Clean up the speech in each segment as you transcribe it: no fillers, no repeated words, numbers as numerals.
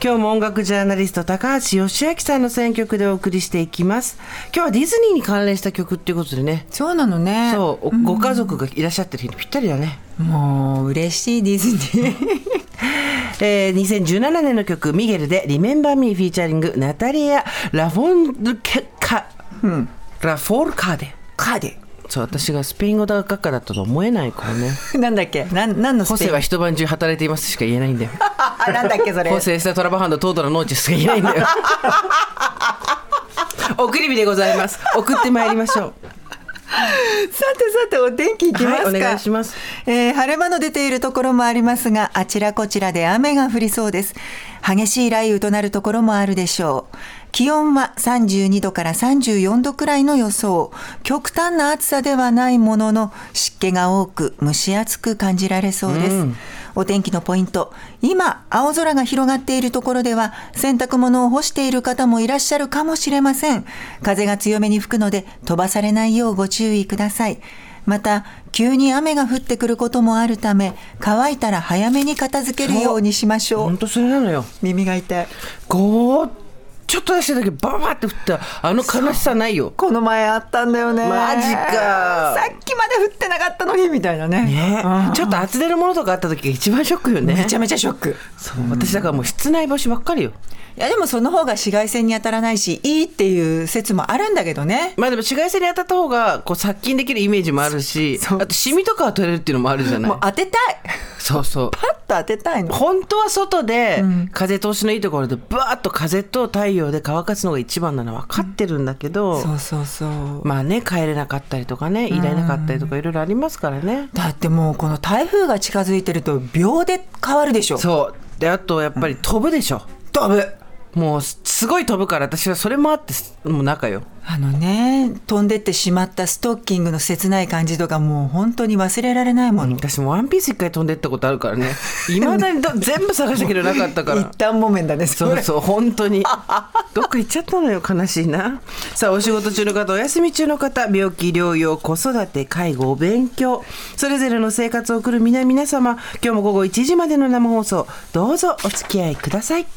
今日も音楽ジャーナリスト高橋義明さんの選曲でお送りしていきます。今日はディズニーに関連した曲っていうことでね。 そうなのね。 そう、ご家族がいらっしゃってる日にぴったりだね。 もう嬉しいディズニー 2017年の曲ミゲルで Remember Me フィーチャリングナタリア・ラフォルカデ。そう、私がスペイン語学科だったと思えないからね。 なんだっけ、何のスペイン？ ホセは一晩中働いていますしか言えないんだよ。 なんだっけそれ。 ホセエスタトラバハンドトートラノーチしか言えないんだよ。送り火でございます。送ってまいりましょう。 さてお天気いきますか。 はい、お願いします。 晴れ間の出ているところもありますが、あちらこちらで雨が降りそうです。激しい雷雨となるところもあるでしょう。気温は32度から34度くらいの予想。極端な暑さではないものの、湿気が多く蒸し暑く感じられそうです。お天気のポイント、今青空が広がっているところでは洗濯物を干している方もいらっしゃるかもしれません。風が強めに吹くので飛ばされないようご注意ください。また急に雨が降ってくることもあるため、乾いたら早めに片付けるようにしましょう。 本当それなのよ。 耳が痛い。 ちょっと出しただけババって降ったあの悲しさないよ。 この前あったんだよね。 マジか。 さっきまで降ってなかったのにみたいなね。 ちょっと厚手のものとかあった時が一番ショックよね。 めちゃめちゃショック。 そう、私だからもう室内干しばっかりよ。 いやでもその方が紫外線に当たらないしいいっていう説もあるんだけどね。 まあでも紫外線に当たった方がこう殺菌できるイメージもあるし、あとシミとかは取れるっていうのもあるじゃない。 もう当てたい。 そうそう、 パッと当てたいの。 本当は外で風通しのいいところでバーッと風と太陽で乾かすのが一番なのは分かってるんだけど、 そうまあね、帰れなかったりとかね、いられなかったりとかいろいろありますからね。 だってもうこの台風が近づいてると秒で変わるでしょ。 そうで、あとやっぱり飛ぶでしょ。 飛ぶ。 もうすごい飛ぶから、私はそれもあってもう仲よ。 飛んでってしまったストッキングの切ない感じとかもう本当に忘れられないもの。 私もワンピース一回飛んでったことあるからね。いまだに全部探したけどなかったから。 一旦木綿だね。 そう本当にどっか行っちゃったのよ。悲しいな。さあ、お仕事中の方、お休み中の方、病気療養、子育て、介護、お勉強、それぞれの生活を送る皆様、今日も午後1時までの生放送、どうぞお付き合いください。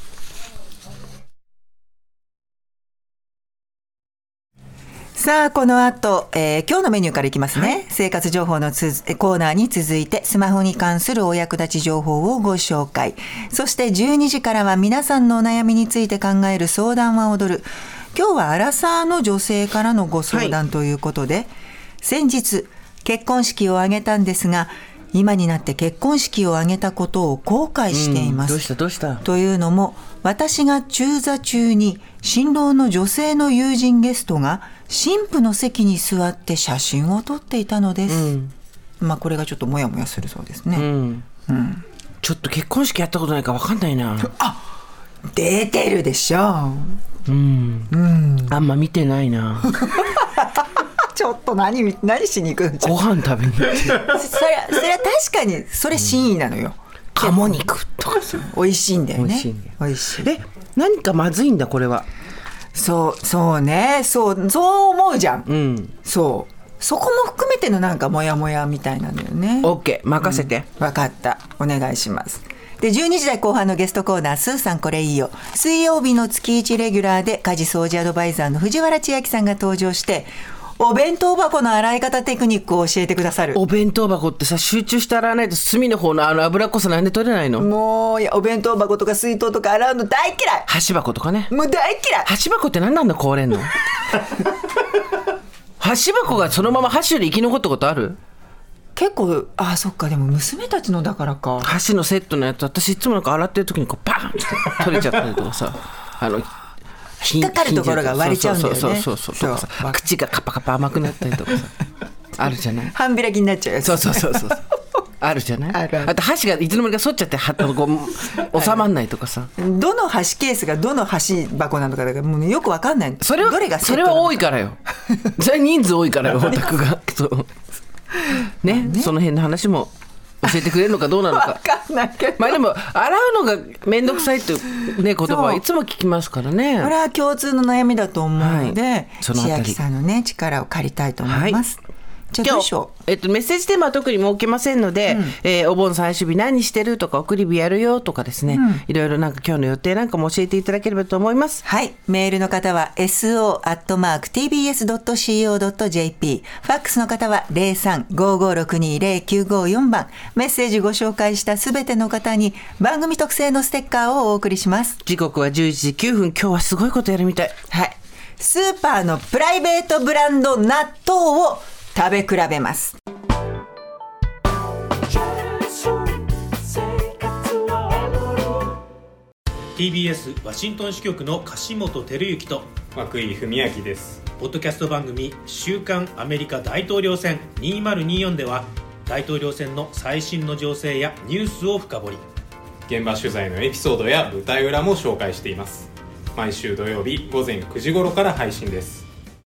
さあこの後、今日のメニューからいきますね、はい、生活情報のコーナーに続いてスマホに関するお役立ち情報をご紹介。そして12時からは皆さんのお悩みについて考える相談は踊る。今日はアラサーの女性からのご相談ということで、はい、先日結婚式を挙げたんですが、今になって結婚式を挙げたことを後悔しています。 どうしたというのも、私が中座中に新郎の女性の友人ゲストが新婦の席に座って写真を撮っていたのです、まあこれがちょっとモヤモヤするそうですね、 ちょっと結婚式やったことないから分かんないな。 出てるでしょ。あんま見てないな。 ちょっと何しに行くの。 ご飯食べに行って。それは確かにそれ真意なのよ、 鴨肉とかさ、 美味しいんだよね。 美味しい。何かまずいんだこれは。 そうね、そう思うじゃん、そこも含めてのなんかモヤモヤみたいなんだよね。 OK、 任せて、 分かった、お願いします。で12時台後半のゲストコーナー、スーさんこれいいよ。水曜日の月1レギュラーで家事掃除アドバイザーの藤原千秋さんが登場して、お弁当箱の洗い方テクニックを教えてくださる。 お弁当箱ってさ、集中して洗わないと隅の方の油っこさなんで取れないの。もうお弁当箱とか水筒とか洗うの大嫌い。 箸箱とかね、 もう大嫌い。 箸箱って何なんだ壊れんの。箸箱がそのまま箸で生き残ったことある？ 結構。そっか、でも娘たちのだからか。 箸のセットのやつ、私いつもなんか洗ってる時にこうバーンって取れちゃったりとかさ、 引っかかるところが割れちゃうんだよね。 そうとかさ、口がカパカパ甘くなったりとかさあるじゃない。 半開きになっちゃうやつ。 そうあるじゃない。あと箸がいつの間にか反っちゃって収まんないとかさ。 どの箸ケースがどの箸箱なのかだからもうよく分かんない。 それは多いからよ。それ人数多いからよ、お宅が。そうね、その辺の話も教えてくれるのかどうなのか。 分かんないけど、 まあでも洗うのがめんどくさいっていうね、言葉はいつも聞きますからね。 これは共通の悩みだと思うので、 その千秋さんのね力を借りたいと思います、 じゃあどうしよう。 メッセージテーマは特に設けませんので、お盆最終日何してるとか、送り火やるよとかですね、いろいろなんか今日の予定なんかも教えていただければと思います。 はい。メールの方は so@tbs.co.jp、 ファックスの方は 03-5562-0954 番。メッセージご紹介したすべての方に番組特製のステッカーをお送りします。 時刻は11時9分。今日はすごいことやるみたい。 はい。スーパーのプライベートブランド納豆を食べ比べます。 TBS ワシントン支局の樫本照之と涌井文明です。 ポッドキャスト番組週刊アメリカ大統領選2024では、大統領選の最新の情勢やニュースを深掘り、 現場取材のエピソードや舞台裏も紹介しています。毎週土曜日午前9時頃から配信です。